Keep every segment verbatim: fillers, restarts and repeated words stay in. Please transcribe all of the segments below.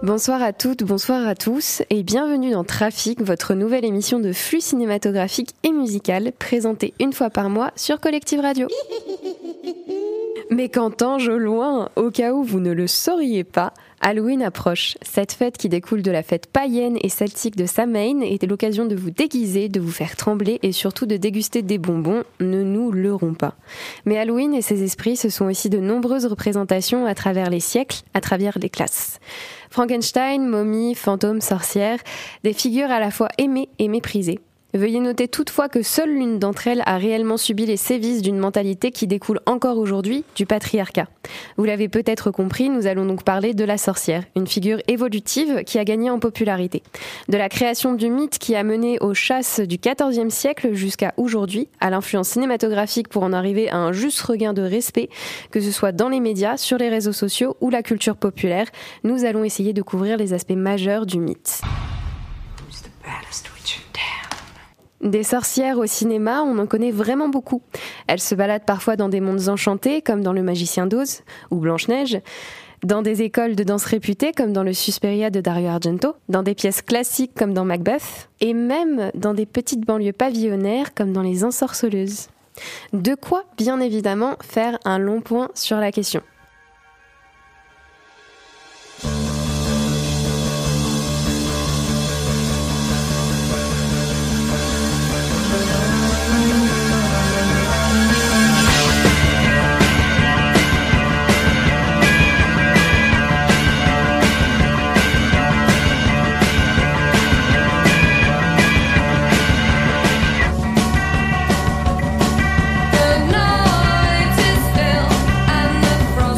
Bonsoir à toutes, bonsoir à tous et bienvenue dans Trafic, votre nouvelle émission de flux cinématographique et musical présentée une fois par mois sur Collective Radio. Mais qu'entends-je au loin, au cas où vous ne le sauriez pas, Halloween approche. Cette fête qui découle de la fête païenne et celtique de Samhain est l'occasion de vous déguiser, de vous faire trembler et surtout de déguster des bonbons, ne nous leurrons pas. Mais Halloween et ses esprits, ce sont aussi de nombreuses représentations à travers les siècles, à travers les classes. Frankenstein, momie, fantôme, sorcière, des figures à la fois aimées et méprisées. Veuillez noter toutefois que seule l'une d'entre elles a réellement subi les sévices d'une mentalité qui découle encore aujourd'hui du patriarcat. Vous l'avez peut-être compris, nous allons donc parler de la sorcière, une figure évolutive qui a gagné en popularité. De la création du mythe qui a mené aux chasses du quatorzième siècle jusqu'à aujourd'hui, à l'influence cinématographique pour en arriver à un juste regain de respect, que ce soit dans les médias, sur les réseaux sociaux ou la culture populaire, nous allons essayer de couvrir les aspects majeurs du mythe. Des sorcières au cinéma, on en connaît vraiment beaucoup. Elles se baladent parfois dans des mondes enchantés, comme dans Le Magicien d'Oz ou Blanche-Neige, dans des écoles de danse réputées, comme dans le Suspiria de Dario Argento, dans des pièces classiques, comme dans Macbeth, et même dans des petites banlieues pavillonnaires, comme dans Les Ensorceleuses. De quoi, bien évidemment, faire un long point sur la question. The night is still and the frost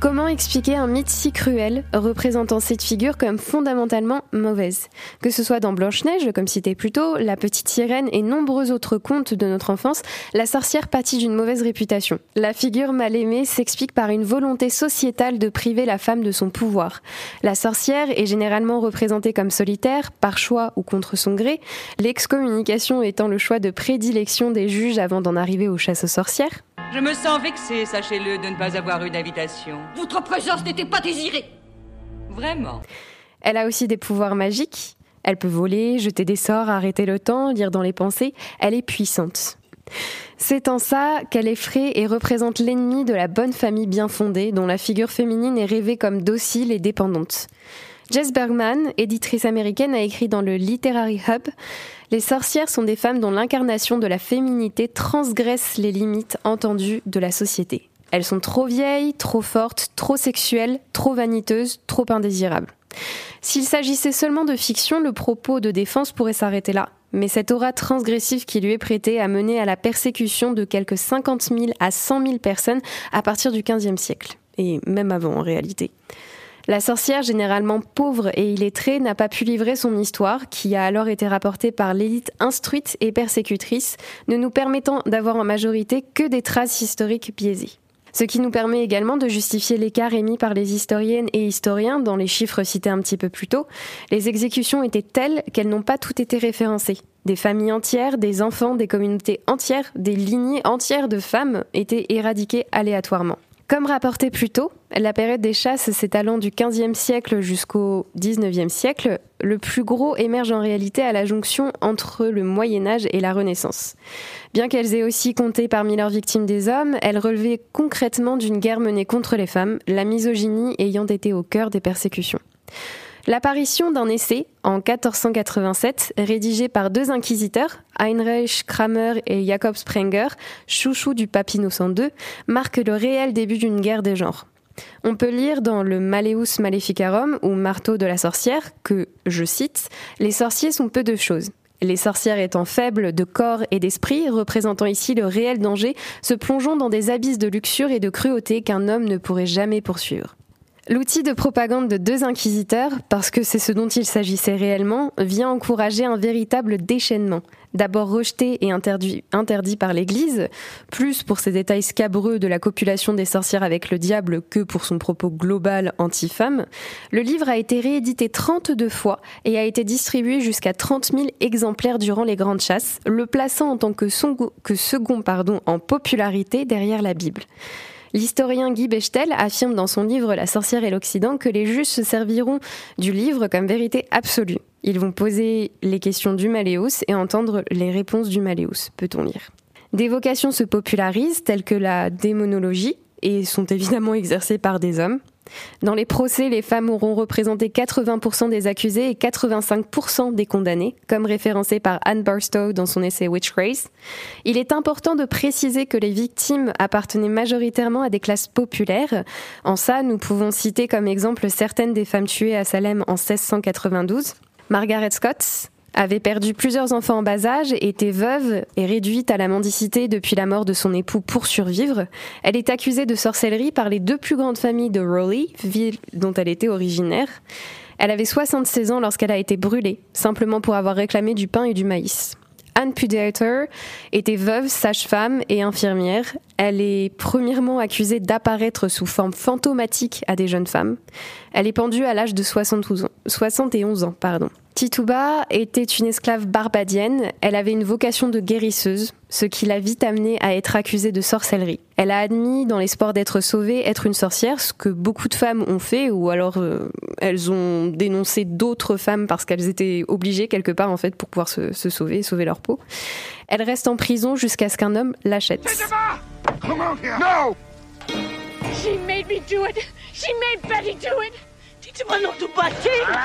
Comment expliquer un mythe si cruel, représentant cette figure comme fondamentalement mauvaise ? Que ce soit dans Blanche-Neige, comme cité plus tôt, La Petite Sirène et nombreux autres contes de notre enfance, la sorcière pâtit d'une mauvaise réputation. La figure mal aimée s'explique par une volonté sociétale de priver la femme de son pouvoir. La sorcière est généralement représentée comme solitaire, par choix ou contre son gré, l'excommunication étant le choix de prédilection des juges avant d'en arriver aux chasses aux sorcières. Je me sens vexée, sachez-le, de ne pas avoir eu d'invitation. Votre présence n'était pas désirée. Vraiment. Elle a aussi des pouvoirs magiques. Elle peut voler, jeter des sorts, arrêter le temps, lire dans les pensées. Elle est puissante. C'est en ça qu'elle effraie et représente l'ennemi de la bonne famille bien fondée, dont la figure féminine est rêvée comme docile et dépendante. Jess Bergman, éditrice américaine, a écrit dans le Literary Hub « Les sorcières sont des femmes dont l'incarnation de la féminité transgresse les limites entendues de la société. Elles sont trop vieilles, trop fortes, trop sexuelles, trop vaniteuses, trop indésirables. » S'il s'agissait seulement de fiction, le propos de défense pourrait s'arrêter là. Mais cette aura transgressive qui lui est prêtée a mené à la persécution de quelques cinquante mille à cent mille personnes à partir du quinzième siècle. Et même avant, en réalité. La sorcière, généralement pauvre et illettrée, n'a pas pu livrer son histoire, qui a alors été rapportée par l'élite instruite et persécutrice, ne nous permettant d'avoir en majorité que des traces historiques biaisées. Ce qui nous permet également de justifier l'écart émis par les historiennes et historiens dans les chiffres cités un petit peu plus tôt. Les exécutions étaient telles qu'elles n'ont pas toutes été référencées. Des familles entières, des enfants, des communautés entières, des lignées entières de femmes étaient éradiquées aléatoirement. Comme rapporté plus tôt, la période des chasses s'étalant du quinzième siècle jusqu'au dix-neuvième siècle, le plus gros émerge en réalité à la jonction entre le Moyen-Âge et la Renaissance. Bien qu'elles aient aussi compté parmi leurs victimes des hommes, elles relevaient concrètement d'une guerre menée contre les femmes, la misogynie ayant été au cœur des persécutions. L'apparition d'un essai, en quatorze cent quatre-vingt-sept, rédigé par deux inquisiteurs, Heinrich Kramer et Jakob Sprenger, chouchou du pape Innocent deux, marque le réel début d'une guerre des genres. On peut lire dans le Malleus Maleficarum, ou Marteau de la sorcière, que, je cite, « Les sorciers sont peu de choses. Les sorcières étant faibles de corps et d'esprit, représentant ici le réel danger, se plongeant dans des abysses de luxure et de cruauté qu'un homme ne pourrait jamais poursuivre. » L'outil de propagande de deux inquisiteurs, parce que c'est ce dont il s'agissait réellement, vient encourager un véritable déchaînement. D'abord rejeté et interdit, interdit par l'Église, plus pour ses détails scabreux de la copulation des sorcières avec le diable que pour son propos global anti-femme, le livre a été réédité trente-deux fois et a été distribué jusqu'à trente mille exemplaires durant les grandes chasses, le plaçant en tant que, son, que second pardon, en popularité derrière la Bible. L'historien Guy Bechtel affirme dans son livre « La sorcière et l'Occident » que les juges se serviront du livre comme vérité absolue. Ils vont poser les questions du Malleus et entendre les réponses du Malleus, peut-on lire. Des vocations se popularisent, telles que la démonologie, et sont évidemment exercées par des hommes. Dans les procès, les femmes auront représenté quatre-vingts pour cent des accusés et quatre-vingt-cinq pour cent des condamnés, comme référencé par Anne Barstow dans son essai Witchcraze. Il est important de préciser que les victimes appartenaient majoritairement à des classes populaires. En ça, nous pouvons citer comme exemple certaines des femmes tuées à Salem en seize cent quatre-vingt-douze. Margaret Scott avait perdu plusieurs enfants en bas âge, était veuve et réduite à la mendicité depuis la mort de son époux pour survivre. Elle est accusée de sorcellerie par les deux plus grandes familles de Rowley, ville dont elle était originaire. Elle avait soixante-seize ans lorsqu'elle a été brûlée, simplement pour avoir réclamé du pain et du maïs. Anne Pudeator était veuve, sage-femme et infirmière. Elle est premièrement accusée d'apparaître sous forme fantomatique à des jeunes femmes. Elle est pendue à l'âge de soixante et onze ans. Pardon. Tituba était une esclave barbadienne. Elle avait une vocation de guérisseuse, ce qui l'a vite amenée à être accusée de sorcellerie. Elle a admis, dans l'espoir d'être sauvée, être une sorcière, ce que beaucoup de femmes ont fait, ou alors euh, elles ont dénoncé d'autres femmes parce qu'elles étaient obligées quelque part en fait pour pouvoir se, se sauver, sauver leur peau. Elle reste en prison jusqu'à ce qu'un homme l'achète. Tituba! Come on here! No! She made me do it! She made Betty do it! Tituba non tu batti!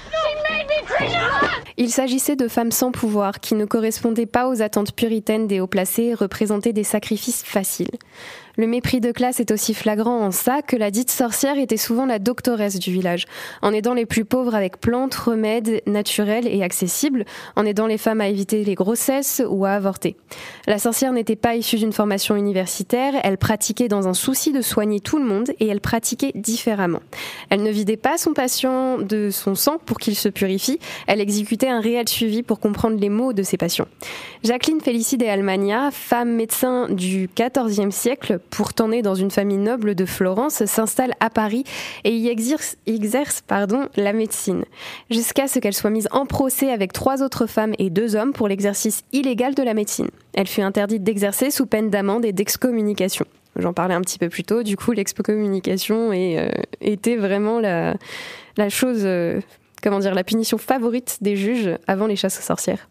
Il s'agissait de femmes sans pouvoir, qui ne correspondaient pas aux attentes puritaines des hauts placés et représentaient des sacrifices faciles. Le mépris de classe est aussi flagrant en ça que la dite sorcière était souvent la doctoresse du village, en aidant les plus pauvres avec plantes, remèdes naturels et accessibles, en aidant les femmes à éviter les grossesses ou à avorter. La sorcière n'était pas issue d'une formation universitaire, elle pratiquait dans un souci de soigner tout le monde et elle pratiquait différemment. Elle ne vidait pas son patient de son sang pour qu'il se purifie, elle exécutait un réel suivi pour comprendre les maux de ses patients. Jacqueline Félicie de Almagna, femme médecin du quatorzième siècle, pourtant née dans une famille noble de Florence, s'installe à Paris et y exerce, exerce pardon, la médecine, jusqu'à ce qu'elle soit mise en procès avec trois autres femmes et deux hommes pour l'exercice illégal de la médecine. Elle fut interdite d'exercer sous peine d'amende et d'excommunication. J'en parlais un petit peu plus tôt, du coup l'excommunication est, euh, était vraiment la, la chose, euh, comment dire, la punition favorite des juges avant les chasses aux sorcières.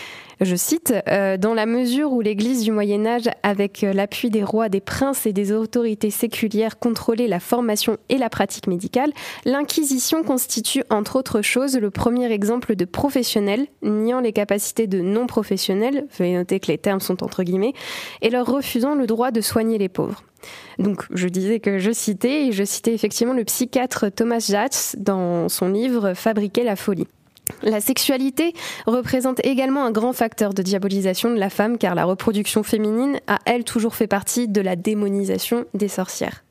Je cite, euh, « Dans la mesure où l'Église du Moyen-Âge, avec l'appui des rois, des princes et des autorités séculières, contrôlait la formation et la pratique médicale, l'Inquisition constitue, entre autres choses, le premier exemple de professionnels, niant les capacités de non-professionnels, veuillez noter que les termes sont entre guillemets, et leur refusant le droit de soigner les pauvres. » Donc, je disais que je citais, et je citais effectivement le psychiatre Thomas Jatz dans son livre « Fabriquer la folie ». La sexualité représente également un grand facteur de diabolisation de la femme car la reproduction féminine a, elle, toujours fait partie de la démonisation des sorcières.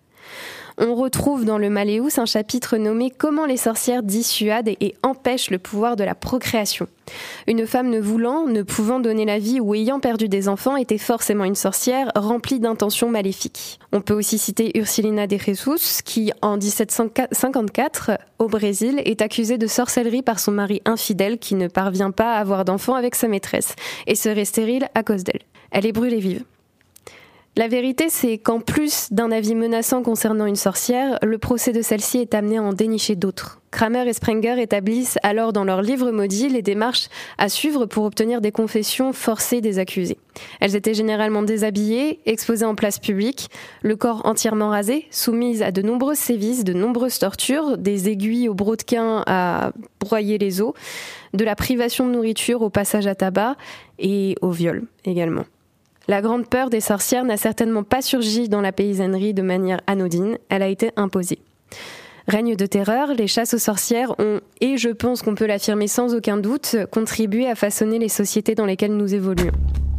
On retrouve dans le Malleus un chapitre nommé « Comment les sorcières dissuadent et empêchent le pouvoir de la procréation ». Une femme ne voulant, ne pouvant donner la vie ou ayant perdu des enfants était forcément une sorcière remplie d'intentions maléfiques. On peut aussi citer Ursilina de Jesus qui, en dix-sept cent cinquante-quatre, au Brésil, est accusée de sorcellerie par son mari infidèle qui ne parvient pas à avoir d'enfant avec sa maîtresse et serait stérile à cause d'elle. Elle est brûlée vive. La vérité, c'est qu'en plus d'un avis menaçant concernant une sorcière, le procès de celle-ci est amené à en dénicher d'autres. Kramer et Sprenger établissent alors dans leur livre maudit les démarches à suivre pour obtenir des confessions forcées des accusés. Elles étaient généralement déshabillées, exposées en place publique, le corps entièrement rasé, soumises à de nombreuses sévices, de nombreuses tortures, des aiguilles au brodequin à broyer les os, de la privation de nourriture au passage à tabac et au viol également. La grande peur des sorcières n'a certainement pas surgi dans la paysannerie de manière anodine, elle a été imposée. Règne de terreur, les chasses aux sorcières ont, et je pense qu'on peut l'affirmer sans aucun doute, contribué à façonner les sociétés dans lesquelles nous évoluons.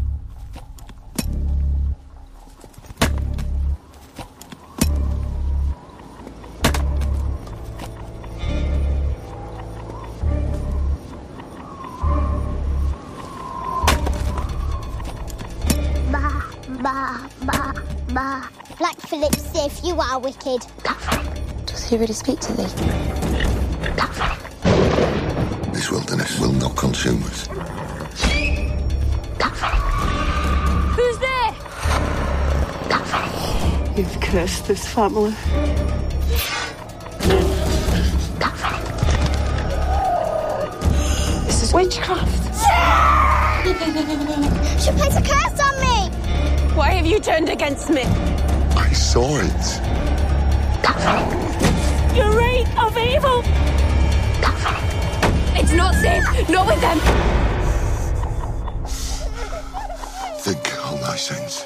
Bah, bah, bah. Black Phillip Sif, you are wicked. Does he really speak to thee? This wilderness will not consume us. Who's there? You've cursed this family. This is witchcraft. She plays a curse on me! Why have you turned against me? I saw it. Your reign of evil! It's not safe! Not with them! Think on thy sins.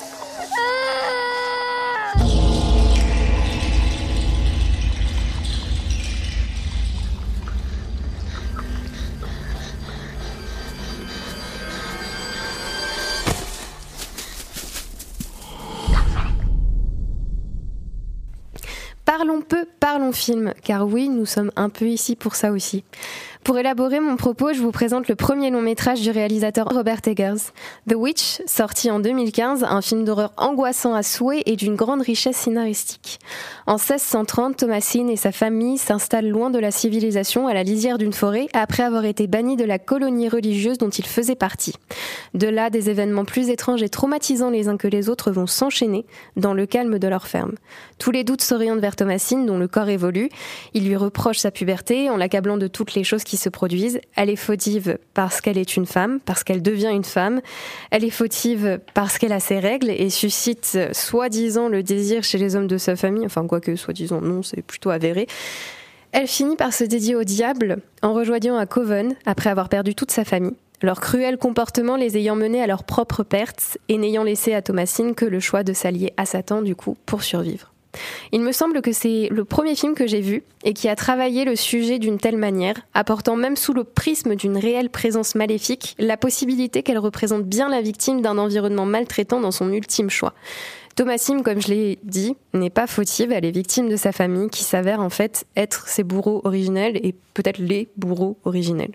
Parlons peu, parlons film, car oui, nous sommes un peu ici pour ça aussi. Pour élaborer mon propos, je vous présente le premier long métrage du réalisateur Robert Eggers, The Witch, sorti en deux mille quinze, un film d'horreur angoissant à souhait et d'une grande richesse scénaristique. En seize cent trente, Thomasine et sa famille s'installent loin de la civilisation, à la lisière d'une forêt, après avoir été bannis de la colonie religieuse dont ils faisaient partie. De là, des événements plus étranges et traumatisants les uns que les autres vont s'enchaîner dans le calme de leur ferme. Tous les doutes s'orientent vers Thomasine, dont le corps évolue. Il lui reproche sa puberté en l'accablant de toutes les choses qui se produisent. Elle est fautive parce qu'elle est une femme, parce qu'elle devient une femme. Elle est fautive parce qu'elle a ses règles et suscite soi-disant le désir chez les hommes de sa famille. Enfin, quoique soi-disant non, c'est plutôt avéré. Elle finit par se dédier au diable en rejoignant à Coven après avoir perdu toute sa famille, leur cruel comportement les ayant menés à leur propre perte et n'ayant laissé à Thomasine que le choix de s'allier à Satan du coup pour survivre. Il me semble que c'est le premier film que j'ai vu et qui a travaillé le sujet d'une telle manière, apportant même sous le prisme d'une réelle présence maléfique la possibilité qu'elle représente bien la victime d'un environnement maltraitant dans son ultime choix. Thomasine, comme je l'ai dit, n'est pas fautive, elle est victime de sa famille qui s'avère en fait être ses bourreaux originels et peut-être les bourreaux originels.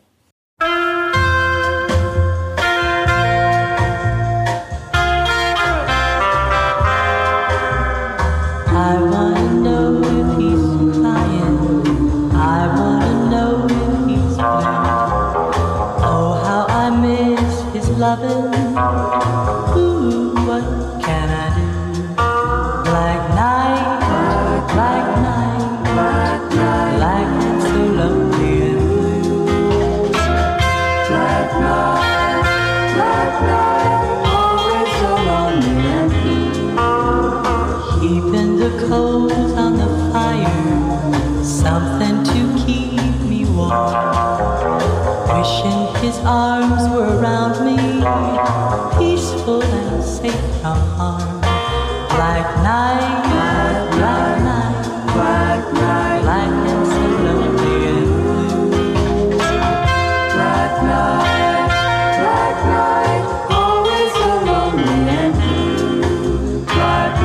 I wanna know if he's flying. I wanna know if he's blue. Oh, how I miss his loving. Ooh, what can I do? Black night, black night, black night, black and so lonely and blue. Black night, black night, always so lonely and blue. Keeping the coals on the fire, something to keep me warm. Wishing his arms were around me, peaceful and safe from harm. Black night, black night, black night, black and so lonely and blue. Black night, black night, always so lonely and blue. Black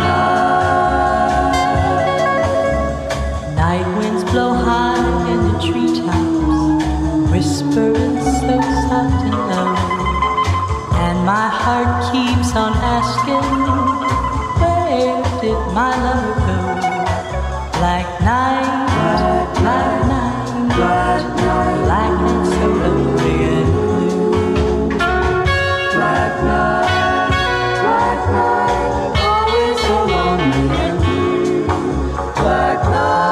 night. Night winds blow high in the treetops, whispering so soft and low, and my heart keeps on asking, where did my lover go? Black night, black night, black night, black and so lonely and blue. Black night, black night, always so lonely and blue. Black night.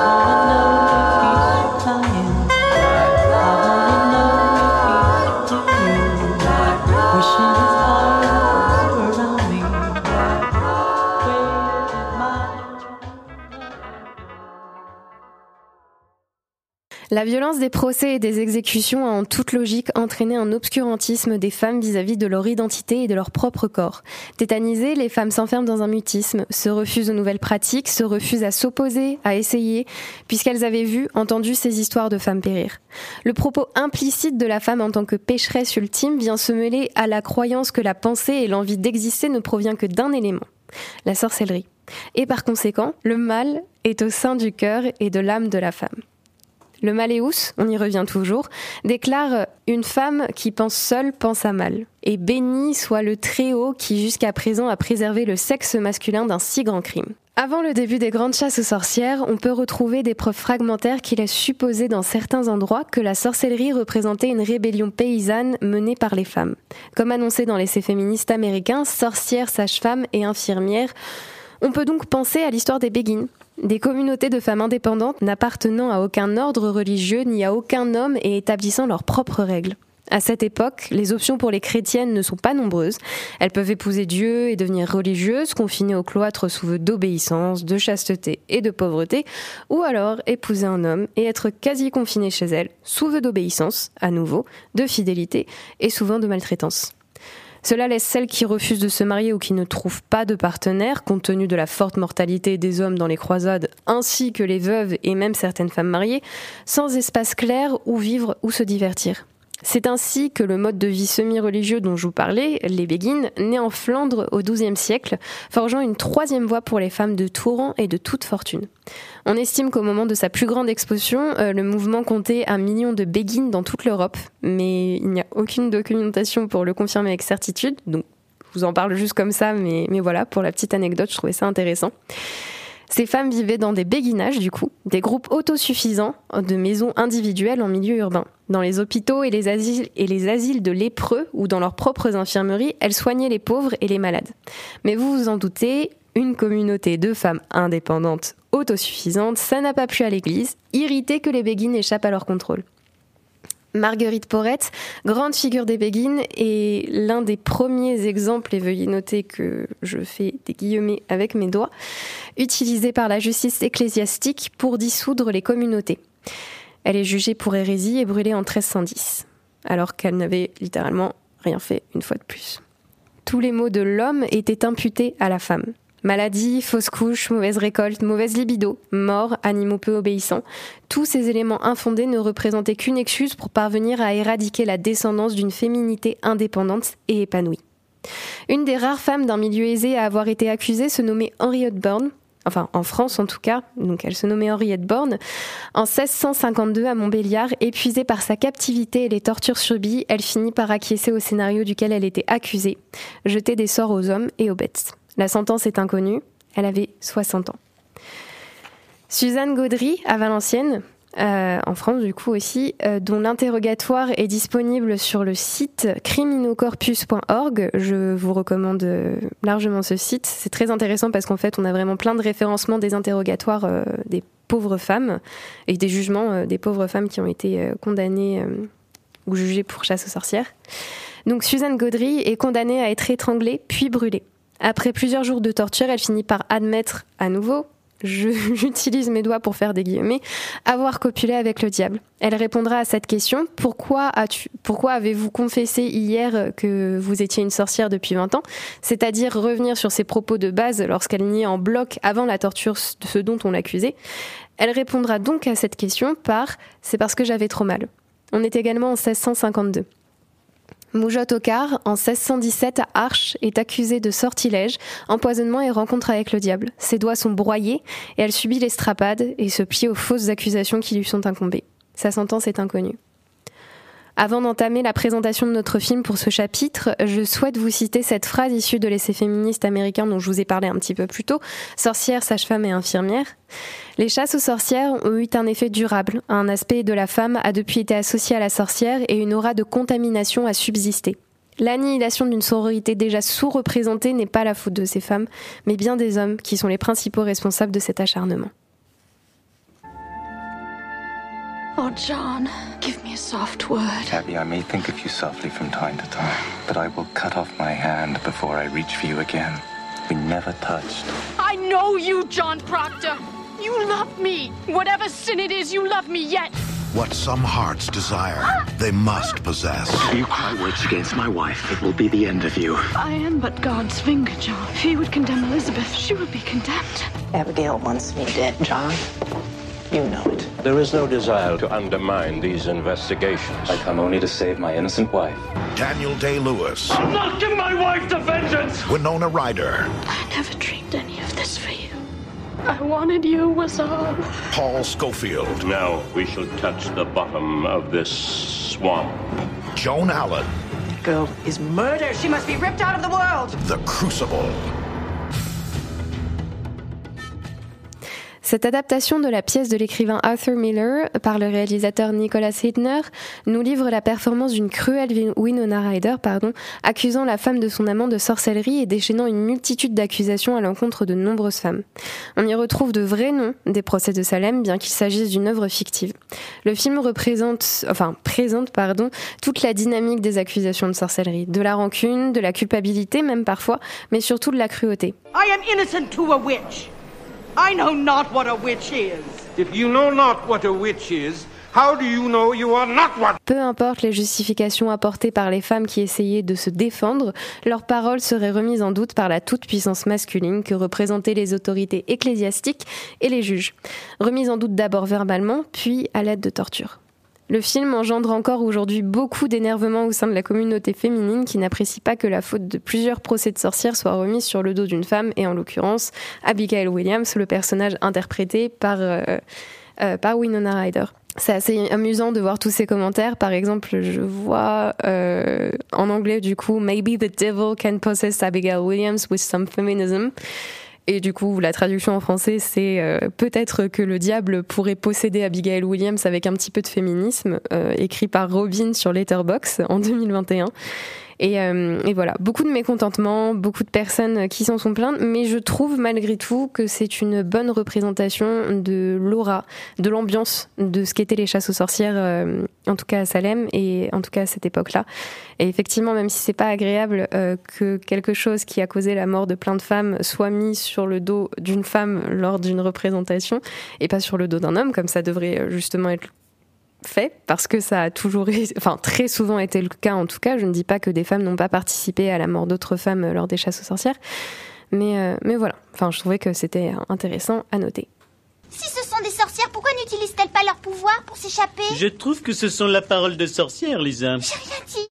La violence des procès et des exécutions a en toute logique entraîné un obscurantisme des femmes vis-à-vis de leur identité et de leur propre corps. Tétanisées, les femmes s'enferment dans un mutisme, se refusent de nouvelles pratiques, se refusent à s'opposer, à essayer, puisqu'elles avaient vu, entendu ces histoires de femmes périr. Le propos implicite de la femme en tant que pécheresse ultime vient se mêler à la croyance que la pensée et l'envie d'exister ne provient que d'un élément, la sorcellerie. Et par conséquent, le mal est au sein du cœur et de l'âme de la femme. Le Maléus, on y revient toujours, déclare « Une femme qui pense seule pense à mal ». Et béni soit le Très-Haut qui jusqu'à présent a préservé le sexe masculin d'un si grand crime. Avant le début des grandes chasses aux sorcières, on peut retrouver des preuves fragmentaires qui laissent supposer dans certains endroits que la sorcellerie représentait une rébellion paysanne menée par les femmes. Comme annoncé dans l'essai féministe américain, sorcières, sages-femmes et infirmières, on peut donc penser à l'histoire des Béguines. Des communautés de femmes indépendantes n'appartenant à aucun ordre religieux ni à aucun homme et établissant leurs propres règles. À cette époque, les options pour les chrétiennes ne sont pas nombreuses. Elles peuvent épouser Dieu et devenir religieuses, confinées au cloître sous vœu d'obéissance, de chasteté et de pauvreté, ou alors épouser un homme et être quasi confinées chez elles, sous vœu d'obéissance, à nouveau, de fidélité et souvent de maltraitance. Cela laisse celles qui refusent de se marier ou qui ne trouvent pas de partenaire, compte tenu de la forte mortalité des hommes dans les croisades, ainsi que les veuves et même certaines femmes mariées, sans espace clair où vivre ou se divertir. C'est ainsi que le mode de vie semi-religieux dont je vous parlais, les Béguines, naît en Flandre au douzième siècle, forgeant une troisième voie pour les femmes de tout rang et de toute fortune. On estime qu'au moment de sa plus grande expansion, euh, le mouvement comptait un million de Béguines dans toute l'Europe, mais il n'y a aucune documentation pour le confirmer avec certitude, donc je vous en parle juste comme ça, mais, mais voilà, pour la petite anecdote, je trouvais ça intéressant. Ces femmes vivaient dans des béguinages, du coup, des groupes autosuffisants de maisons individuelles en milieu urbain. Dans les hôpitaux et les asiles, et les asiles de lépreux ou dans leurs propres infirmeries, elles soignaient les pauvres et les malades. Mais vous vous en doutez, une communauté de femmes indépendantes, autosuffisantes, ça n'a pas plu à l'église, irritées que les béguines échappent à leur contrôle. Marguerite Porete, grande figure des Béguines, est l'un des premiers exemples, et veuillez noter que je fais des guillemets avec mes doigts, utilisés par la justice ecclésiastique pour dissoudre les communautés. Elle est jugée pour hérésie et brûlée en treize cent dix, alors qu'elle n'avait littéralement rien fait une fois de plus. Tous les maux de l'homme étaient imputés à la femme. Maladie, fausse couche, mauvaise récolte, mauvaise libido, mort, animaux peu obéissants. Tous ces éléments infondés ne représentaient qu'une excuse pour parvenir à éradiquer la descendance d'une féminité indépendante et épanouie. Une des rares femmes d'un milieu aisé à avoir été accusée se nommait Henriette Bourne, enfin en France en tout cas, donc elle se nommait Henriette Bourne. En seize cent cinquante-deux à Montbéliard, épuisée par sa captivité et les tortures subies, elle finit par acquiescer au scénario duquel elle était accusée, jeter des sorts aux hommes et aux bêtes. La sentence est inconnue, elle avait soixante ans. Suzanne Gaudry, à Valenciennes, euh, en France du coup aussi, euh, dont l'interrogatoire est disponible sur le site criminocorpus point org. Je vous recommande euh, largement ce site. C'est très intéressant parce qu'en fait, on a vraiment plein de référencements des interrogatoires euh, des pauvres femmes et des jugements euh, des pauvres femmes qui ont été euh, condamnées euh, ou jugées pour chasse aux sorcières. Donc Suzanne Gaudry est condamnée à être étranglée puis brûlée. Après plusieurs jours de torture, elle finit par admettre à nouveau, je, j'utilise mes doigts pour faire des guillemets, avoir copulé avec le diable. Elle répondra à cette question, pourquoi, as-tu, pourquoi avez-vous confessé hier que vous étiez une sorcière depuis vingt ans ? C'est-à-dire revenir sur ses propos de base lorsqu'elle niait en bloc avant la torture de ce dont on l'accusait. Elle répondra donc à cette question par « c'est parce que j'avais trop mal ». On est également en seize cent cinquante-deux. Moujotte Ocar, en seize cent dix-sept à Arches, est accusée de sortilège, empoisonnement et rencontre avec le diable. Ses doigts sont broyés et elle subit l'estrapade et se plie aux fausses accusations qui lui sont incombées. Sa sentence est inconnue. Avant d'entamer la présentation de notre film pour ce chapitre, je souhaite vous citer cette phrase issue de l'essai féministe américain dont je vous ai parlé un petit peu plus tôt, sorcières, sages-femmes et infirmières. Les chasses aux sorcières ont eu un effet durable. Un aspect de la femme a depuis été associé à la sorcière et une aura de contamination a subsisté. L'annihilation d'une sororité déjà sous-représentée n'est pas la faute de ces femmes, mais bien des hommes qui sont les principaux responsables de cet acharnement. Oh, John, give me a soft word. Abby, I may think of you softly from time to time, but I will cut off my hand before I reach for you again. We never touched. I know you, John Proctor. You love me. Whatever sin it is, you love me yet. What some hearts desire, they must possess. If you cry words against my wife, it will be the end of you. I am but God's finger, John. If he would condemn Elizabeth, she would be condemned. Abigail wants me dead, John. You know it. There is no desire to undermine these investigations. I come only to save my innocent wife. Daniel Day-Lewis. I'm not giving my wife to vengeance! Winona Ryder. I never dreamed any of this for you. I wanted you, was all. Paul Schofield. Now we shall touch the bottom of this swamp. Joan Allen. The girl is murder. She must be ripped out of the world. The Crucible. Cette adaptation de la pièce de l'écrivain Arthur Miller par le réalisateur Nicholas Hytner nous livre la performance d'une cruelle Winona Ryder, pardon, accusant la femme de son amant de sorcellerie et déchaînant une multitude d'accusations à l'encontre de nombreuses femmes. On y retrouve de vrais noms des procès de Salem, bien qu'il s'agisse d'une œuvre fictive. Le film représente, enfin, présente, pardon, toute la dynamique des accusations de sorcellerie, de la rancune, de la culpabilité même parfois, mais surtout de la cruauté. I am innocent to a witch. I know not what a witch is. If you know not what a witch is, how do you know you are not one? Peu importe les justifications apportées par les femmes qui essayaient de se défendre, leurs paroles seraient remises en doute par la toute-puissance masculine que représentaient les autorités ecclésiastiques et les juges. Remises en doute d'abord verbalement, puis à l'aide de tortures. Le film engendre encore aujourd'hui beaucoup d'énervement au sein de la communauté féminine qui n'apprécie pas que la faute de plusieurs procès de sorcières soit remise sur le dos d'une femme, et en l'occurrence Abigail Williams, le personnage interprété par, euh, euh, par Winona Ryder. C'est assez amusant de voir tous ces commentaires. Par exemple, je vois euh, en anglais du coup « Maybe the devil can possess Abigail Williams with some feminism ». Et du coup, la traduction en français, c'est euh, « Peut-être que le diable pourrait posséder Abigail Williams avec un petit peu de féminisme euh, », écrit par Robin sur Letterboxd en deux mille vingt et un. Et, euh, et voilà, beaucoup de mécontentement, beaucoup de personnes qui s'en sont plaintes, mais je trouve malgré tout que c'est une bonne représentation de l'aura, de l'ambiance de ce qu'étaient les chasses aux sorcières, euh, en tout cas à Salem et en tout cas à cette époque-là. Et effectivement, même si c'est pas agréable euh, que quelque chose qui a causé la mort de plein de femmes soit mis sur le dos d'une femme lors d'une représentation et pas sur le dos d'un homme, comme ça devrait justement être fait, parce que ça a toujours, enfin très souvent été le cas en tout cas. Je ne dis pas que des femmes n'ont pas participé à la mort d'autres femmes lors des chasses aux sorcières, mais, euh, mais voilà, enfin, je trouvais que c'était intéressant à noter. Si ce sont des sorcières, pourquoi n'utilisent-elles pas leur pouvoir pour s'échapper? Je trouve que ce sont la parole de sorcière, Lisa. J'ai rien dit.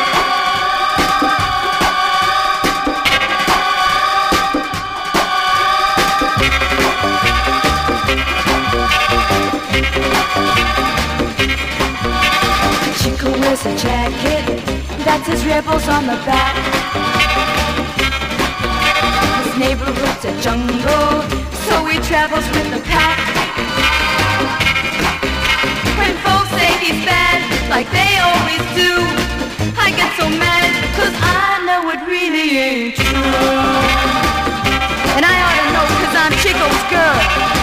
Chico wears a jacket that says rebels on the back. His neighborhood's a jungle, so he travels with the pack. When folks say he's bad, like they always do, I get so mad, cause I know it really ain't true. And I ought to know, cause I'm Chico's girl.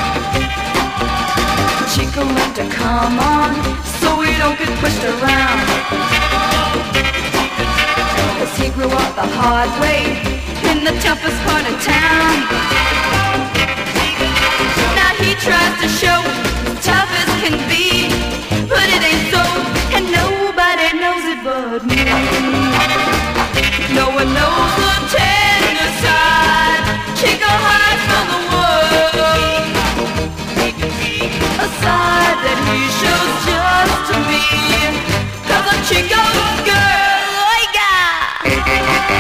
Chico learned to come on, so we don't get pushed around. Cause he grew up the hard way, in the toughest part of town. Now he tries to show as tough as can be, but it ain't so, and nobody knows it but me. No one knows the tender side Chico hides from the world, a side that he shows just to me, cause I'm Chico's girl, oh yeah.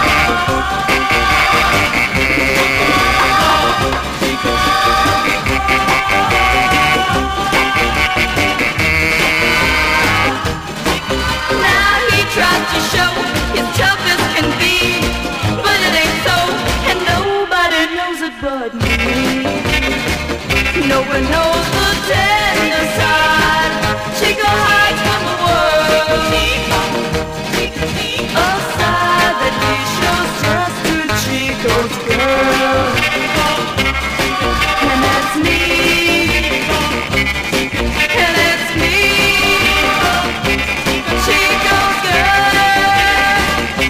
Now he tries to show he's tough as can be, but it ain't so, and nobody knows it but me. No one knows the tender side Chico hides from the world, a side that he shows just to Chico's girl. And that's me, and that's me, Chico's girl.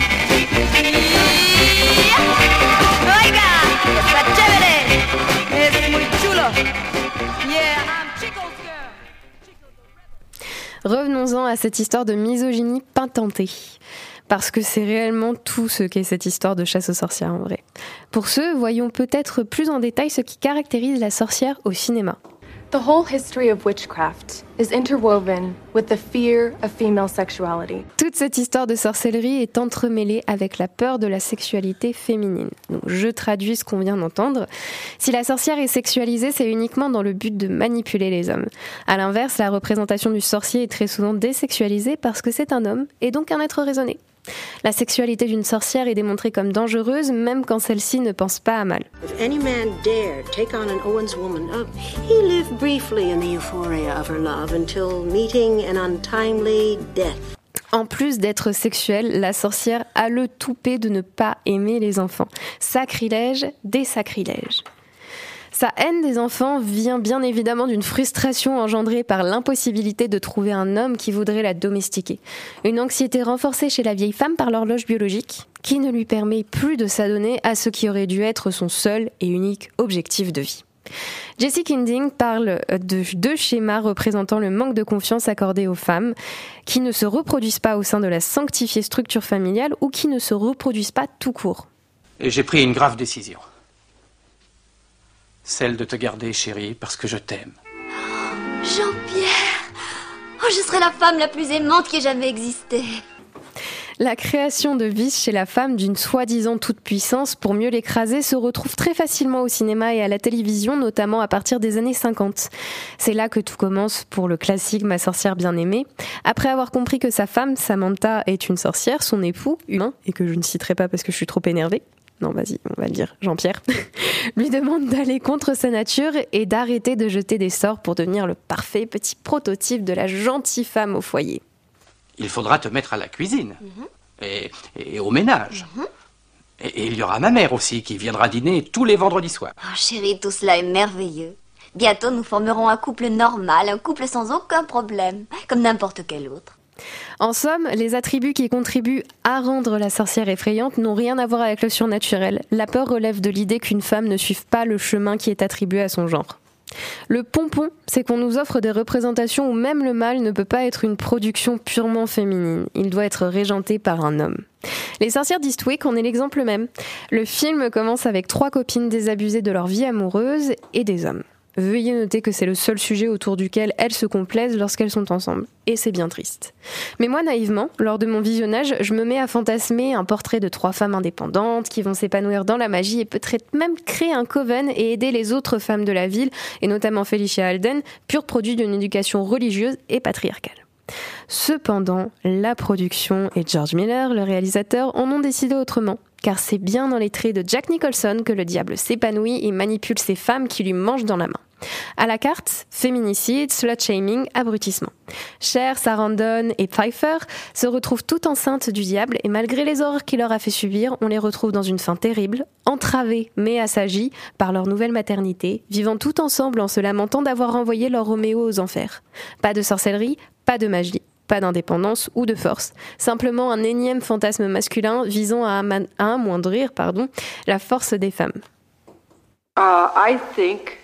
Yeah. Oiga, está chévere, es muy chulo. Yeah, I'm Chico's girl. Revenons-en à cette histoire de misogynie patentée, parce que c'est réellement tout ce qu'est cette histoire de chasse aux sorcières en vrai. Pour ce, voyons peut-être plus en détail ce qui caractérise la sorcière au cinéma. The whole history of witchcraft is interwoven with the fear of female sexuality. Toute cette histoire de sorcellerie est entremêlée avec la peur de la sexualité féminine. Donc, je traduis ce qu'on vient d'entendre. Si la sorcière est sexualisée, c'est uniquement dans le but de manipuler les hommes. À l'inverse, la représentation du sorcier est très souvent désexualisée parce que c'est un homme et donc un être raisonné. La sexualité d'une sorcière est démontrée comme dangereuse, même quand celle-ci ne pense pas à mal. If any man dared take on an Owens woman, uh, he lived briefly in the euphoria of her love until meeting an untimely death. En plus d'être sexuelle, la sorcière a le toupet de ne pas aimer les enfants. Sacrilège des sacrilèges. Sa haine des enfants vient bien évidemment d'une frustration engendrée par l'impossibilité de trouver un homme qui voudrait la domestiquer. Une anxiété renforcée chez la vieille femme par l'horloge biologique, qui ne lui permet plus de s'adonner à ce qui aurait dû être son seul et unique objectif de vie. Jessie Kinding parle de deux schémas représentant le manque de confiance accordé aux femmes, qui ne se reproduisent pas au sein de la sanctifiée structure familiale ou qui ne se reproduisent pas tout court. Et j'ai pris une grave décision. Celle de te garder, chérie, parce que je t'aime. Oh, Jean-Pierre, oh, je serai la femme la plus aimante qui ait jamais existé. La création de vices chez la femme d'une soi-disant toute-puissance pour mieux l'écraser se retrouve très facilement au cinéma et à la télévision, notamment à partir des années cinquante. C'est là que tout commence pour le classique Ma sorcière bien-aimée. Après avoir compris que sa femme, Samantha, est une sorcière, son époux, humain, et que je ne citerai pas parce que je suis trop énervée, non vas-y, on va le dire, Jean-Pierre, lui demande d'aller contre sa nature et d'arrêter de jeter des sorts pour devenir le parfait petit prototype de la gentille femme au foyer. Il faudra te mettre à la cuisine. Mm-hmm. et, et au ménage. Mm-hmm. Et, et il y aura ma mère aussi qui viendra dîner tous les vendredis soirs. Oh chérie, tout cela est merveilleux. Bientôt nous formerons un couple normal, un couple sans aucun problème, comme n'importe quel autre. En somme, les attributs qui contribuent à rendre la sorcière effrayante n'ont rien à voir avec le surnaturel. La peur relève de l'idée qu'une femme ne suive pas le chemin qui est attribué à son genre. Le pompon, c'est qu'on nous offre des représentations où même le mâle ne peut pas être une production purement féminine. Il doit être régenté par un homme. Les sorcières d'Eastwick en est l'exemple même. Le film commence avec trois copines désabusées de leur vie amoureuse et des hommes. Veuillez noter que c'est le seul sujet autour duquel elles se complaisent lorsqu'elles sont ensemble. Et c'est bien triste. Mais moi, naïvement, lors de mon visionnage, je me mets à fantasmer un portrait de trois femmes indépendantes qui vont s'épanouir dans la magie et peut-être même créer un coven et aider les autres femmes de la ville, et notamment Felicia Alden, pur produit d'une éducation religieuse et patriarcale. Cependant, la production et George Miller, le réalisateur, en ont décidé autrement. Car c'est bien dans les traits de Jack Nicholson que le diable s'épanouit et manipule ces femmes qui lui mangent dans la main. À la carte, féminicide, slut-shaming, abrutissement. Cher, Sarandon et Pfeiffer se retrouvent toutes enceintes du diable et malgré les horreurs qu'il leur a fait subir, on les retrouve dans une fin terrible, entravées mais assagies par leur nouvelle maternité, vivant toutes ensemble en se lamentant d'avoir renvoyé leur Roméo aux enfers. Pas de sorcellerie, pas de magie. Pas d'indépendance ou de force, simplement un énième fantasme masculin visant à, ama- à amoindrir pardon, la force des femmes. Uh, I think,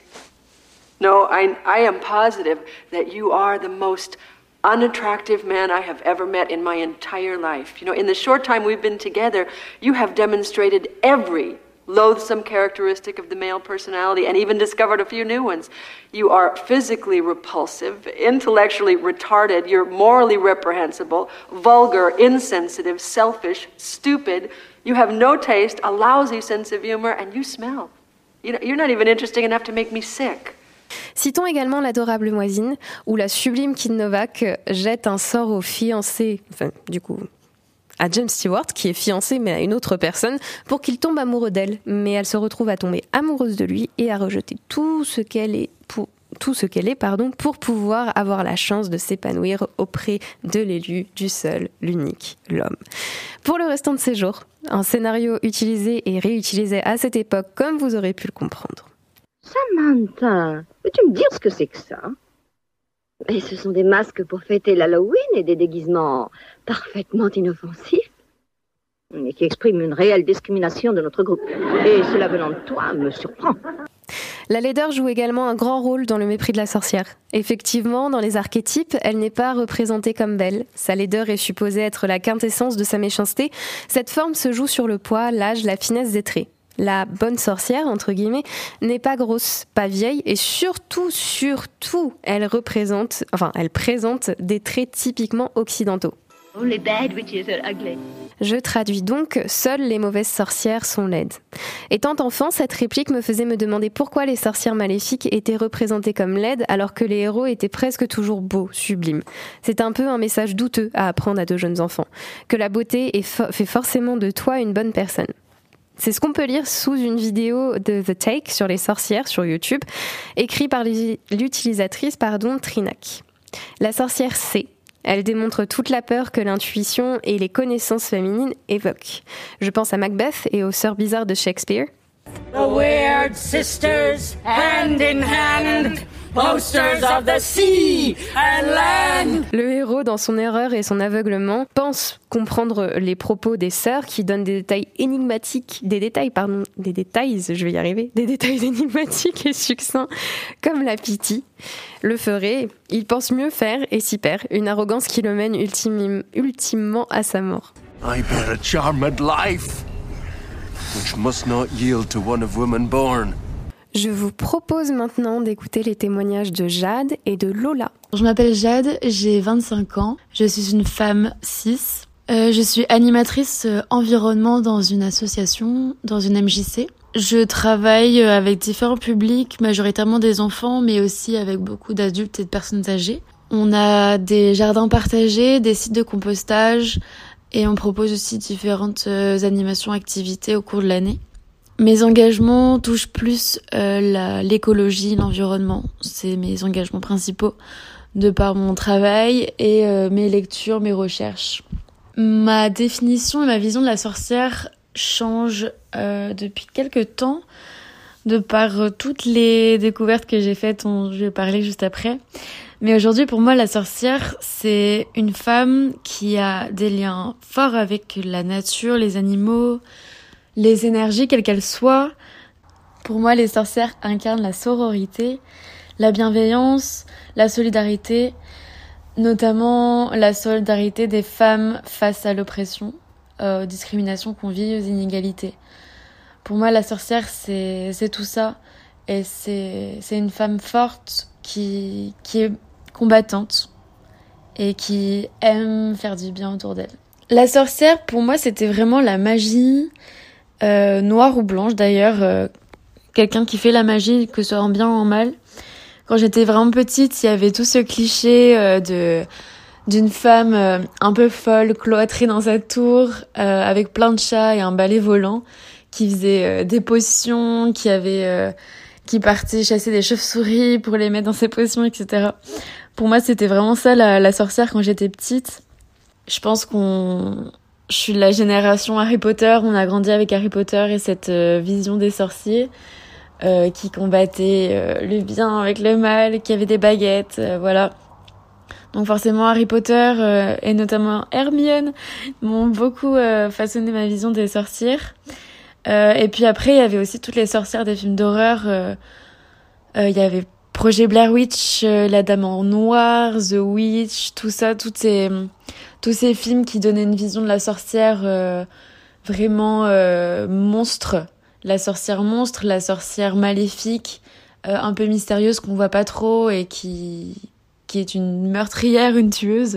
no, I, I am positive that you are the most unattractive man I have ever met in my entire life. You know, in the short time we've been together, you have demonstrated every loathsome characteristic of the male personality and even discovered a few new ones. You are physically repulsive, intellectually retarded, you're morally reprehensible, vulgar, insensitive, selfish, stupid. You have no taste, a lousy sense of humor, and you smell. You know, you're not even interesting enough to make me sick. Citons également l'adorable Moisine, où la sublime Kid Novak jette un sort au fiancé, enfin du coup à James Stewart, qui est fiancé mais à une autre personne, pour qu'il tombe amoureux d'elle. Mais elle se retrouve à tomber amoureuse de lui et à rejeter tout ce qu'elle est pour, tout ce qu'elle est, pardon, pour pouvoir avoir la chance de s'épanouir auprès de l'élu, du seul, l'unique, l'homme. Pour le restant de ses jours, un scénario utilisé et réutilisé à cette époque, comme vous aurez pu le comprendre. Samantha, peux-tu me dire ce que c'est que ça ? Et ce sont des masques pour fêter l'Halloween et des déguisements parfaitement inoffensifs, mais qui expriment une réelle discrimination de notre groupe. Et cela venant de toi me surprend. La laideur joue également un grand rôle dans le mépris de la sorcière. Effectivement, dans les archétypes, elle n'est pas représentée comme belle. Sa laideur est supposée être la quintessence de sa méchanceté. Cette forme se joue sur le poids, l'âge, la finesse des traits. La bonne sorcière, entre guillemets, n'est pas grosse, pas vieille et surtout, surtout, elle représente, enfin, elle présente des traits typiquement occidentaux. Only bad witches are ugly. Je traduis donc, seules les mauvaises sorcières sont laides. Étant enfant, cette réplique me faisait me demander pourquoi les sorcières maléfiques étaient représentées comme laides alors que les héros étaient presque toujours beaux, sublimes. C'est un peu un message douteux à apprendre à de jeunes enfants, que la beauté est fo- fait forcément de toi une bonne personne. C'est ce qu'on peut lire sous une vidéo de The Take sur les sorcières sur YouTube, écrite par l'utilisatrice pardon, Trinak. La sorcière sait. Elle démontre toute la peur que l'intuition et les connaissances féminines évoquent. Je pense à Macbeth et aux sœurs bizarres de Shakespeare. The weird sisters, hand in hand, posters of the sea and land. Le héros, dans son erreur et son aveuglement, pense comprendre les propos des sœurs qui donnent des détails énigmatiques, des détails, pardon, des détails, je vais y arriver, des détails énigmatiques et succincts, comme la pitié le ferait. Il pense mieux faire et s'y perd, une arrogance qui le mène ultime, ultimement à sa mort. I bear a charmed life, which must not yield to one of women born. Je vous propose maintenant d'écouter les témoignages de Jade et de Lola. Je m'appelle Jade, j'ai vingt-cinq ans, je suis une femme cis. Euh, je suis animatrice euh, environnement dans une association, dans une M J C. Je travaille avec différents publics, majoritairement des enfants, mais aussi avec beaucoup d'adultes et de personnes âgées. On a des jardins partagés, des sites de compostage, et on propose aussi différentes euh, animations, activités au cours de l'année. Mes engagements touchent plus euh, la, l'écologie, l'environnement. C'est mes engagements principaux de par mon travail et euh, mes lectures, mes recherches. Ma définition et ma vision de la sorcière changent euh, depuis quelques temps, de par euh, toutes les découvertes que j'ai faites, dont je vais parler juste après. Mais aujourd'hui, pour moi, la sorcière, c'est une femme qui a des liens forts avec la nature, les animaux, les énergies, quelles qu'elles soient. Pour moi, les sorcières incarnent la sororité, la bienveillance, la solidarité, notamment la solidarité des femmes face à l'oppression, euh, aux discriminations qu'on vit, aux inégalités. Pour moi, la sorcière, c'est, c'est tout ça. Et c'est, c'est une femme forte qui, qui est combattante et qui aime faire du bien autour d'elle. La sorcière, pour moi, c'était vraiment la magie, euh, noire ou blanche d'ailleurs, euh, quelqu'un qui fait la magie, que ce soit en bien ou en mal. Quand j'étais vraiment petite, il y avait tout ce cliché euh, de d'une femme euh, un peu folle, cloîtrée dans sa tour, euh, avec plein de chats et un balai volant, qui faisait euh, des potions, qui avait, euh, qui partait chasser des chauves-souris pour les mettre dans ses potions, et cetera. Pour moi, c'était vraiment ça la, la sorcière quand j'étais petite. Je pense qu'on, je suis de la génération Harry Potter. On a grandi avec Harry Potter et cette euh, vision des sorciers euh, qui combattaient euh, le bien avec le mal, qui avaient des baguettes, euh, voilà. Donc forcément Harry Potter euh, et notamment Hermione m'ont beaucoup euh, façonné ma vision des sorcières. Euh, et puis après il y avait aussi toutes les sorcières des films d'horreur. Euh, euh, il y avait Projet Blair Witch, euh, La Dame en Noir, The Witch, tout ça, toutes ces, tous ces films qui donnaient une vision de la sorcière euh, vraiment euh, monstre. La sorcière monstre, la sorcière maléfique, euh, un peu mystérieuse qu'on voit pas trop et qui... qui est une meurtrière, une tueuse.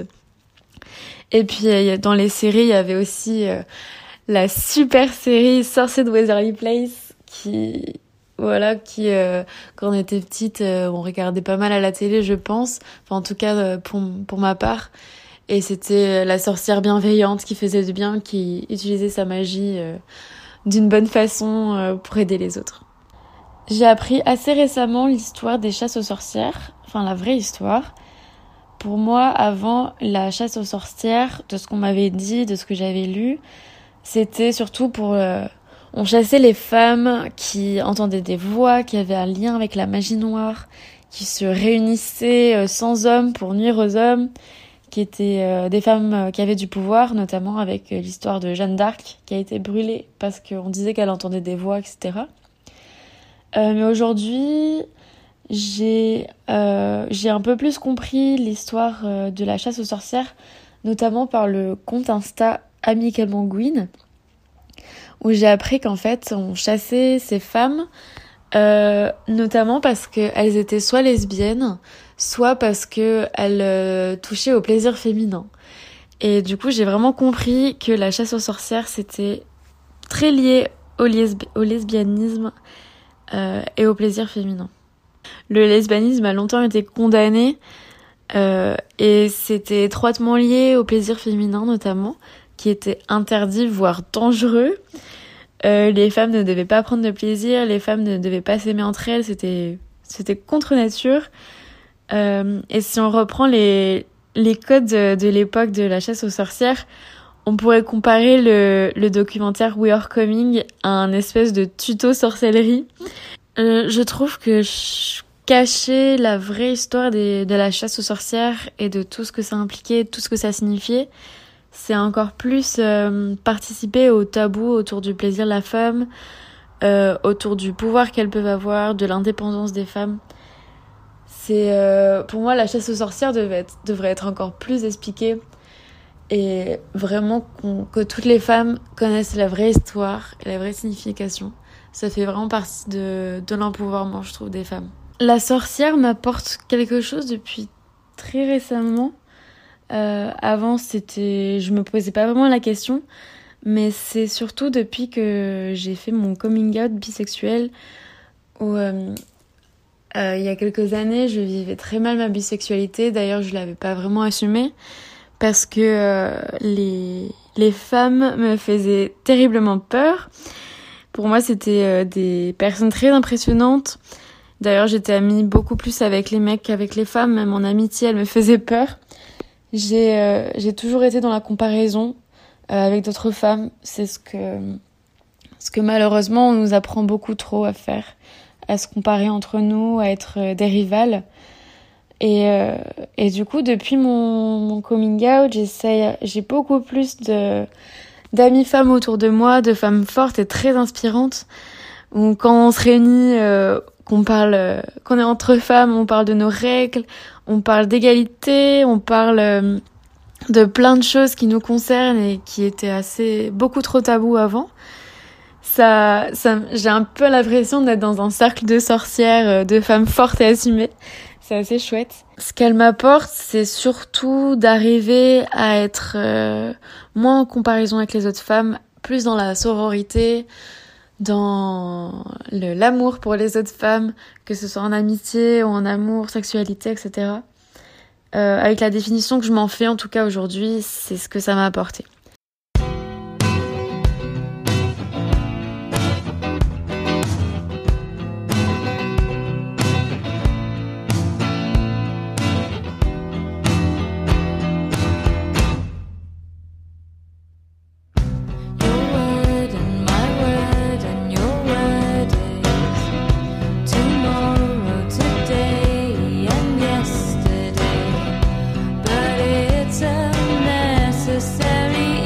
Et puis euh, dans les séries, il y avait aussi euh, la super série Sorcier de Waverly Place, qui, voilà, qui euh, quand on était petite, euh, on regardait pas mal à la télé, je pense. Enfin, en tout cas euh, pour pour ma part. Et c'était la sorcière bienveillante qui faisait du bien, qui utilisait sa magie euh, d'une bonne façon euh, pour aider les autres. J'ai appris assez récemment l'histoire des chasses aux sorcières, enfin la vraie histoire. Pour moi, avant, la chasse aux sorcières, de ce qu'on m'avait dit, de ce que j'avais lu, c'était surtout pour... Euh, on chassait les femmes qui entendaient des voix, qui avaient un lien avec la magie noire, qui se réunissaient euh, sans hommes pour nuire aux hommes, qui étaient euh, des femmes euh, qui avaient du pouvoir, notamment avec euh, l'histoire de Jeanne d'Arc, qui a été brûlée parce qu'on disait qu'elle entendait des voix, et cetera. Euh, mais aujourd'hui... J'ai, euh, j'ai un peu plus compris l'histoire euh, de la chasse aux sorcières, notamment par le compte Insta Amicalement Gwyn, où j'ai appris qu'en fait on chassait ces femmes, euh, notamment parce qu'elles étaient soit lesbiennes, soit parce qu'elles euh, touchaient au plaisir féminin. Et du coup j'ai vraiment compris que la chasse aux sorcières c'était très lié au, lesbi- au lesbianisme euh, et au plaisir féminin. Le lesbianisme a longtemps été condamné euh, et c'était étroitement lié au plaisir féminin notamment, qui était interdit, voire dangereux. Euh, les femmes ne devaient pas prendre de plaisir, les femmes ne devaient pas s'aimer entre elles, c'était, c'était contre nature. Euh, et si on reprend les, les codes de, de l'époque de la chasse aux sorcières, on pourrait comparer le, le documentaire We Are Coming à un espèce de tuto sorcellerie. Euh, je trouve que je... cacher la vraie histoire des, de la chasse aux sorcières et de tout ce que ça impliquait, tout ce que ça signifiait, c'est encore plus euh, participer au tabou autour du plaisir de la femme, euh, autour du pouvoir qu'elles peuvent avoir, de l'indépendance des femmes. C'est, euh, pour moi, la chasse aux sorcières devait être, devrait être encore plus expliquée et vraiment que toutes les femmes connaissent la vraie histoire et la vraie signification. Ça fait vraiment partie de, de l'empouvoirment, je trouve, des femmes. La sorcière m'apporte quelque chose depuis très récemment. Euh, avant, c'était, je me posais pas vraiment la question, mais c'est surtout depuis que j'ai fait mon coming out bisexuel, où euh, euh, il y a quelques années, je vivais très mal ma bisexualité. D'ailleurs, je l'avais pas vraiment assumée parce que euh, les les femmes me faisaient terriblement peur. Pour moi, c'était euh, des personnes très impressionnantes. D'ailleurs, j'étais amie beaucoup plus avec les mecs qu'avec les femmes. Même en amitié, elle me faisait peur. J'ai, euh, j'ai toujours été dans la comparaison. euh, avec d'autres femmes. C'est ce que, ce que malheureusement on nous apprend beaucoup trop à faire, à se comparer entre nous, à être euh, des rivales. Et, euh, et du coup, depuis mon, mon coming out, j'essaye, j'ai beaucoup plus de, d'amies femmes autour de moi, de femmes fortes et très inspirantes. Où quand on se réunit, euh, qu'on parle, euh, qu'on est entre femmes, on parle de nos règles, on parle d'égalité, on parle euh, de plein de choses qui nous concernent et qui étaient assez, beaucoup trop tabous avant. Ça, ça, j'ai un peu l'impression d'être dans un cercle de sorcières, euh, de femmes fortes et assumées. C'est assez chouette. Ce qu'elle m'apporte, c'est surtout d'arriver à être euh, moins en comparaison avec les autres femmes, plus dans la sororité, dans le, l'amour pour les autres femmes, que ce soit en amitié ou en amour, sexualité, et cetera. Euh, avec la définition que je m'en fais, en tout cas aujourd'hui, c'est ce que ça m'a apporté. Necessary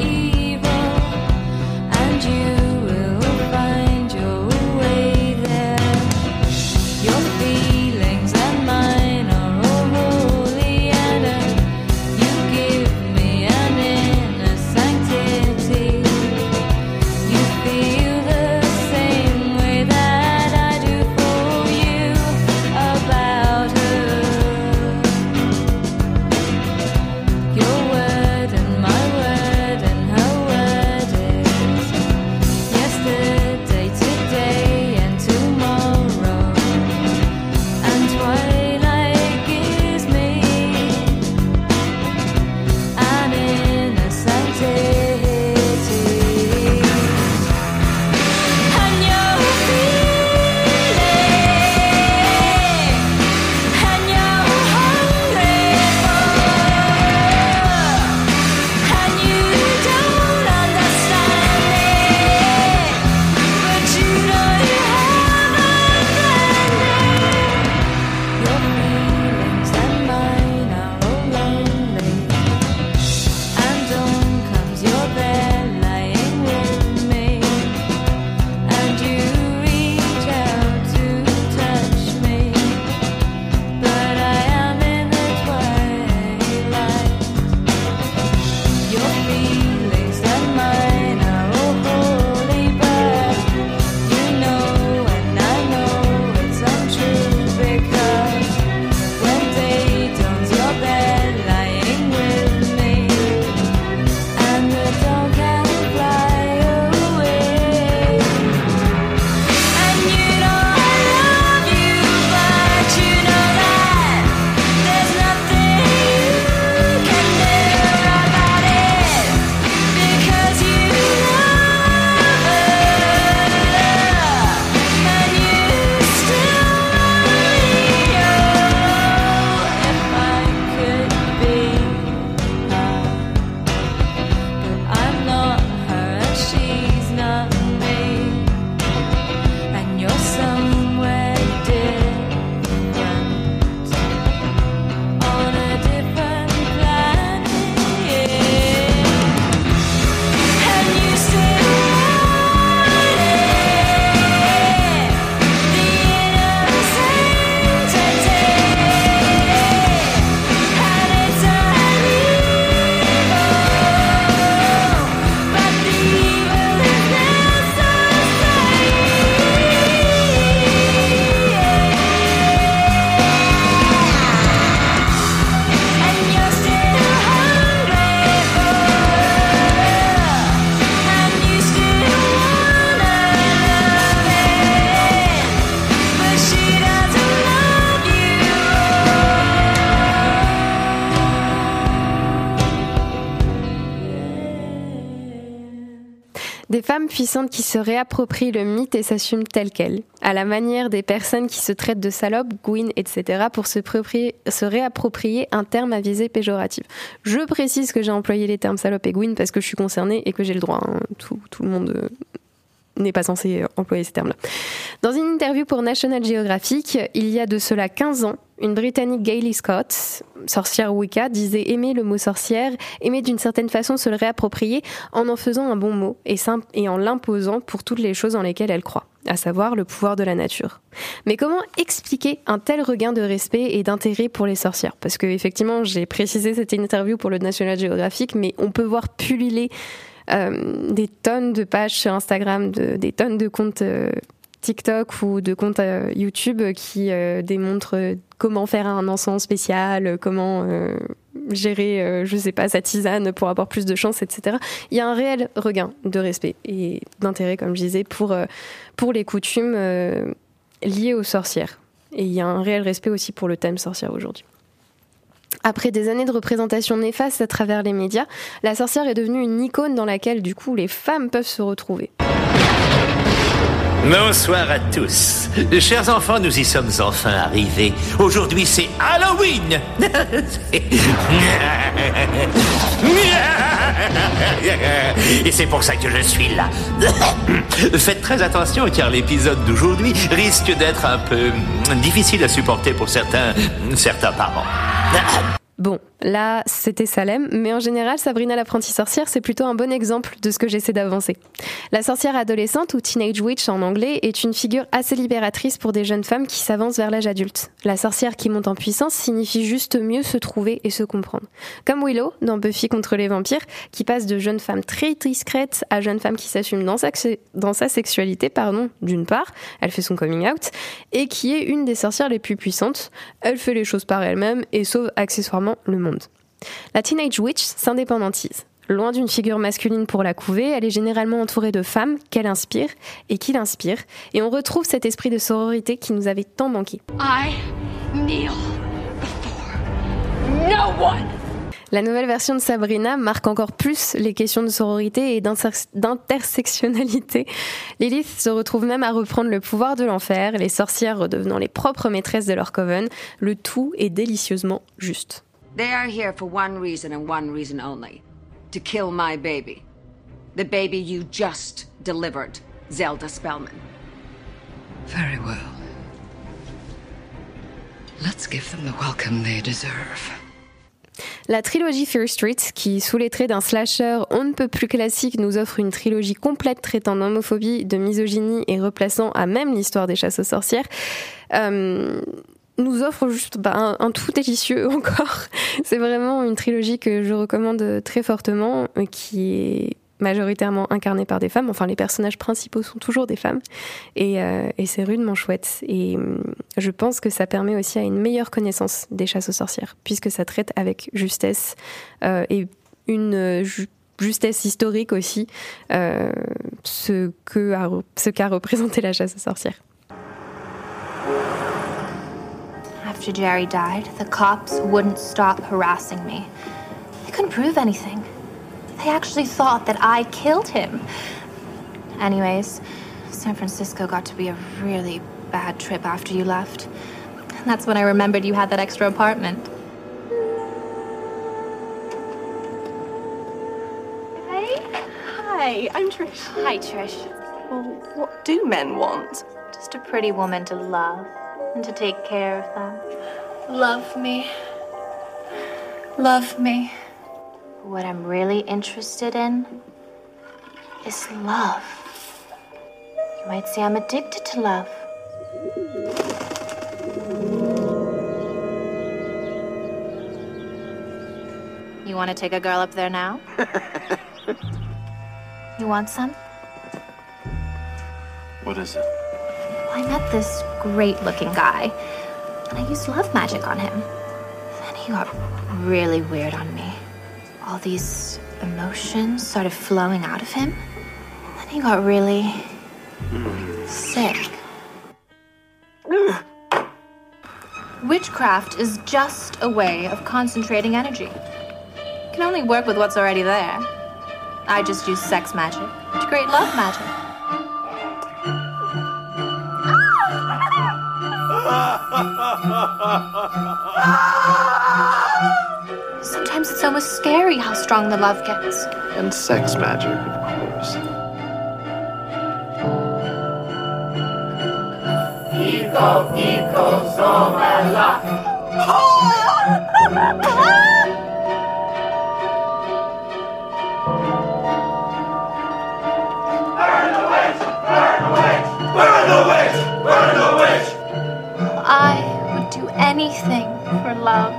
Des femmes puissantes qui se réapproprient le mythe et s'assument telles quelles, à la manière des personnes qui se traitent de salopes, gouines, et cetera pour se, se réapproprier un terme à visée péjorative. Je précise que j'ai employé les termes salope et gouine parce que je suis concernée et que j'ai le droit. Hein. Tout, tout le monde euh, n'est pas censé employer ces termes-là. Dans une interview pour National Geographic, il y a de cela quinze ans, une Britannique, Gayle Scott, sorcière Wicca, disait aimer le mot sorcière, aimer d'une certaine façon se le réapproprier en en faisant un bon mot et, et en l'imposant pour toutes les choses dans lesquelles elle croit, à savoir le pouvoir de la nature. Mais comment expliquer un tel regain de respect et d'intérêt pour les sorcières ? Parce que effectivement, j'ai précisé cette interview pour le National Geographic, mais on peut voir pulluler euh, des tonnes de pages sur Instagram, de, des tonnes de comptes euh, TikTok ou de comptes euh, YouTube qui euh, démontrent euh, comment faire un encens spécial, comment euh, gérer, euh, je sais pas, sa tisane pour avoir plus de chance, et cetera. Il y a un réel regain de respect et d'intérêt, comme je disais, pour, euh, pour les coutumes euh, liées aux sorcières. Et il y a un réel respect aussi pour le thème sorcière aujourd'hui. Après des années de représentation néfaste à travers les médias, la sorcière est devenue une icône dans laquelle, du coup, les femmes peuvent se retrouver. Bonsoir à tous. Chers enfants, nous y sommes enfin arrivés. Aujourd'hui, c'est Halloween. Et c'est pour ça que je suis là. Faites très attention car l'épisode d'aujourd'hui risque d'être un peu difficile à supporter pour certains, certains parents. Bon, là, c'était Salem, mais en général, Sabrina l'apprentie sorcière, c'est plutôt un bon exemple de ce que j'essaie d'avancer. La sorcière adolescente, ou teenage witch en anglais, est une figure assez libératrice pour des jeunes femmes qui s'avancent vers l'âge adulte. La sorcière qui monte en puissance signifie juste mieux se trouver et se comprendre. Comme Willow, dans Buffy contre les vampires, qui passe de jeune femme très discrète à jeune femme qui s'assume dans sa, dans sa sexualité, pardon, d'une part, elle fait son coming out, et qui est une des sorcières les plus puissantes. Elle fait les choses par elle-même et sauve accessoirement le monde. La teenage witch s'indépendantise. Loin d'une figure masculine pour la couver, elle est généralement entourée de femmes qu'elle inspire et qui l'inspirent, et on retrouve cet esprit de sororité qui nous avait tant manqué. I kneel before no one. La nouvelle version de Sabrina marque encore plus les questions de sororité et d'intersectionnalité. Lilith se retrouve même à reprendre le pouvoir de l'enfer, les sorcières redevenant les propres maîtresses de leur coven. Le tout est délicieusement juste. They are here for one reason and one reason only. To kill my baby. The baby you just delivered, Zelda Spellman. Very well. Let's give them the welcome they deserve. La trilogie Fear Street, qui sous les traits d'un slasher on ne peut plus classique nous offre une trilogie complète traitant d'homophobie, de misogynie et replaçant à même l'histoire des chasses aux sorcières, euh, nous offre juste bah, un, un tout délicieux encore. C'est vraiment une trilogie que je recommande très fortement, qui est majoritairement incarnée par des femmes. Enfin, les personnages principaux sont toujours des femmes. Et, euh, et c'est rudement chouette. Et je pense que ça permet aussi à une meilleure connaissance des chasses aux sorcières, puisque ça traite avec justesse euh, et une ju- justesse historique aussi euh, ce, que a, ce qu'a représenté la chasse aux sorcières. After Jerry died, the cops wouldn't stop harassing me. They couldn't prove anything. They actually thought that I killed him. Anyways, San Francisco got to be a really bad trip after you left. And that's when I remembered you had that extra apartment. Hey. Hi, I'm Trish. Hi, Trish. Well, what do men want? Just a pretty woman to love and to take care of them. Love me. Love me. What I'm really interested in is love. You might say I'm addicted to love. You want to take a girl up there now? You want some? What is it? Well, I met this great-looking guy, and I used love magic on him. Then he got really weird on me. All these emotions started flowing out of him. Then he got really sick. Witchcraft is just a way of concentrating energy. You can only work with what's already there. I just use sex magic. to create love magic. Sometimes it's almost scary how strong the love gets. And sex magic, of course. Eco, eco, somala. Burn the witch! Burn the witch! Burn the witch! Burn the witch! I would do anything for love.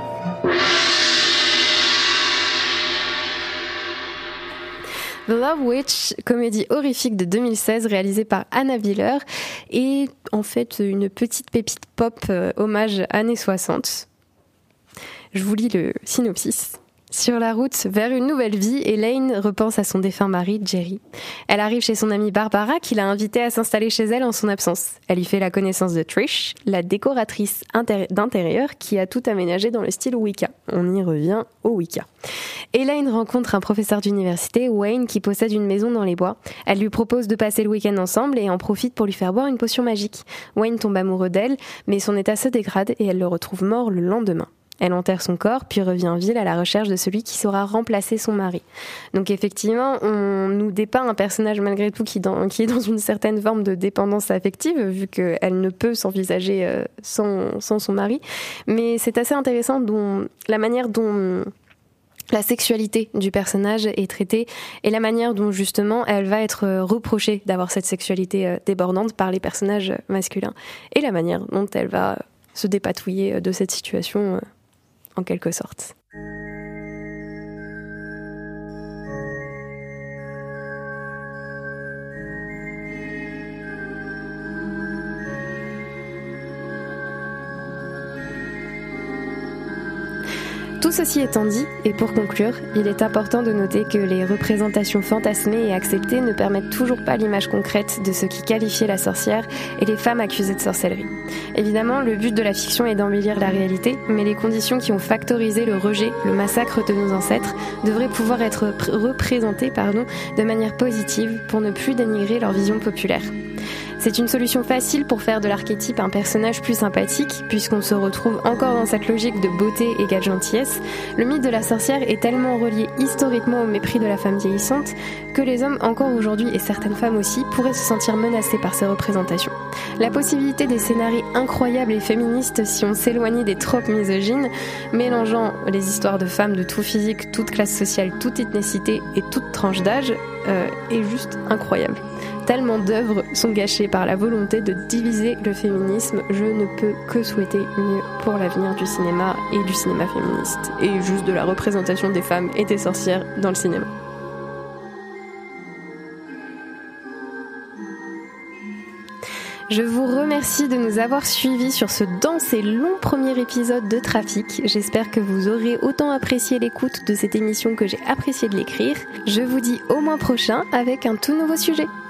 The Love Witch, comédie horrifique de deux mille seize réalisée par Anna Wheeler, est en fait une petite pépite pop euh, hommage années soixante. Je vous lis le synopsis. Sur la route vers une nouvelle vie, Elaine repense à son défunt mari, Jerry. Elle arrive chez son amie Barbara, qui l'a invitée à s'installer chez elle en son absence. Elle y fait la connaissance de Trish, la décoratrice intér- d'intérieur qui a tout aménagé dans le style Wicca. On y revient au Wicca. Elaine rencontre un professeur d'université, Wayne, qui possède une maison dans les bois. Elle lui propose de passer le week-end ensemble et en profite pour lui faire boire une potion magique. Wayne tombe amoureux d'elle, mais son état se dégrade et elle le retrouve mort le lendemain. Elle enterre son corps, puis revient en ville à la recherche de celui qui saura remplacer son mari. Donc effectivement, on nous dépeint un personnage malgré tout qui, dans, qui est dans une certaine forme de dépendance affective, vu qu'elle ne peut s'envisager euh, sans, sans son mari. Mais c'est assez intéressant dont, la manière dont la sexualité du personnage est traitée et la manière dont justement elle va être reprochée d'avoir cette sexualité débordante par les personnages masculins et la manière dont elle va se dépatouiller de cette situation en quelque sorte. Tout ceci étant dit, et pour conclure, il est important de noter que les représentations fantasmées et acceptées ne permettent toujours pas l'image concrète de ce qui qualifiait la sorcière et les femmes accusées de sorcellerie. Évidemment, le but de la fiction est d'embellir la réalité, mais les conditions qui ont factorisé le rejet, le massacre de nos ancêtres, devraient pouvoir être pr- représentées pardon, de manière positive pour ne plus dénigrer leur vision populaire. C'est une solution facile pour faire de l'archétype un personnage plus sympathique, puisqu'on se retrouve encore dans cette logique de beauté égale gentillesse. Le mythe de la sorcière est tellement relié historiquement au mépris de la femme vieillissante que les hommes, encore aujourd'hui, et certaines femmes aussi, pourraient se sentir menacés par ces représentations. La possibilité des scénarios incroyables et féministes si on s'éloignait des tropes misogynes, mélangeant les histoires de femmes de tout physique, toute classe sociale, toute ethnicité et toute tranche d'âge, euh, est juste incroyable. Tellement d'œuvres sont gâchées par la volonté de diviser le féminisme, je ne peux que souhaiter mieux pour l'avenir du cinéma et du cinéma féministe, et juste de la représentation des femmes et des sorcières dans le cinéma. Je vous remercie de nous avoir suivis sur ce dense et long premier épisode de Trafic. J'espère que vous aurez autant apprécié l'écoute de cette émission que j'ai apprécié de l'écrire. Je vous dis au mois prochain avec un tout nouveau sujet.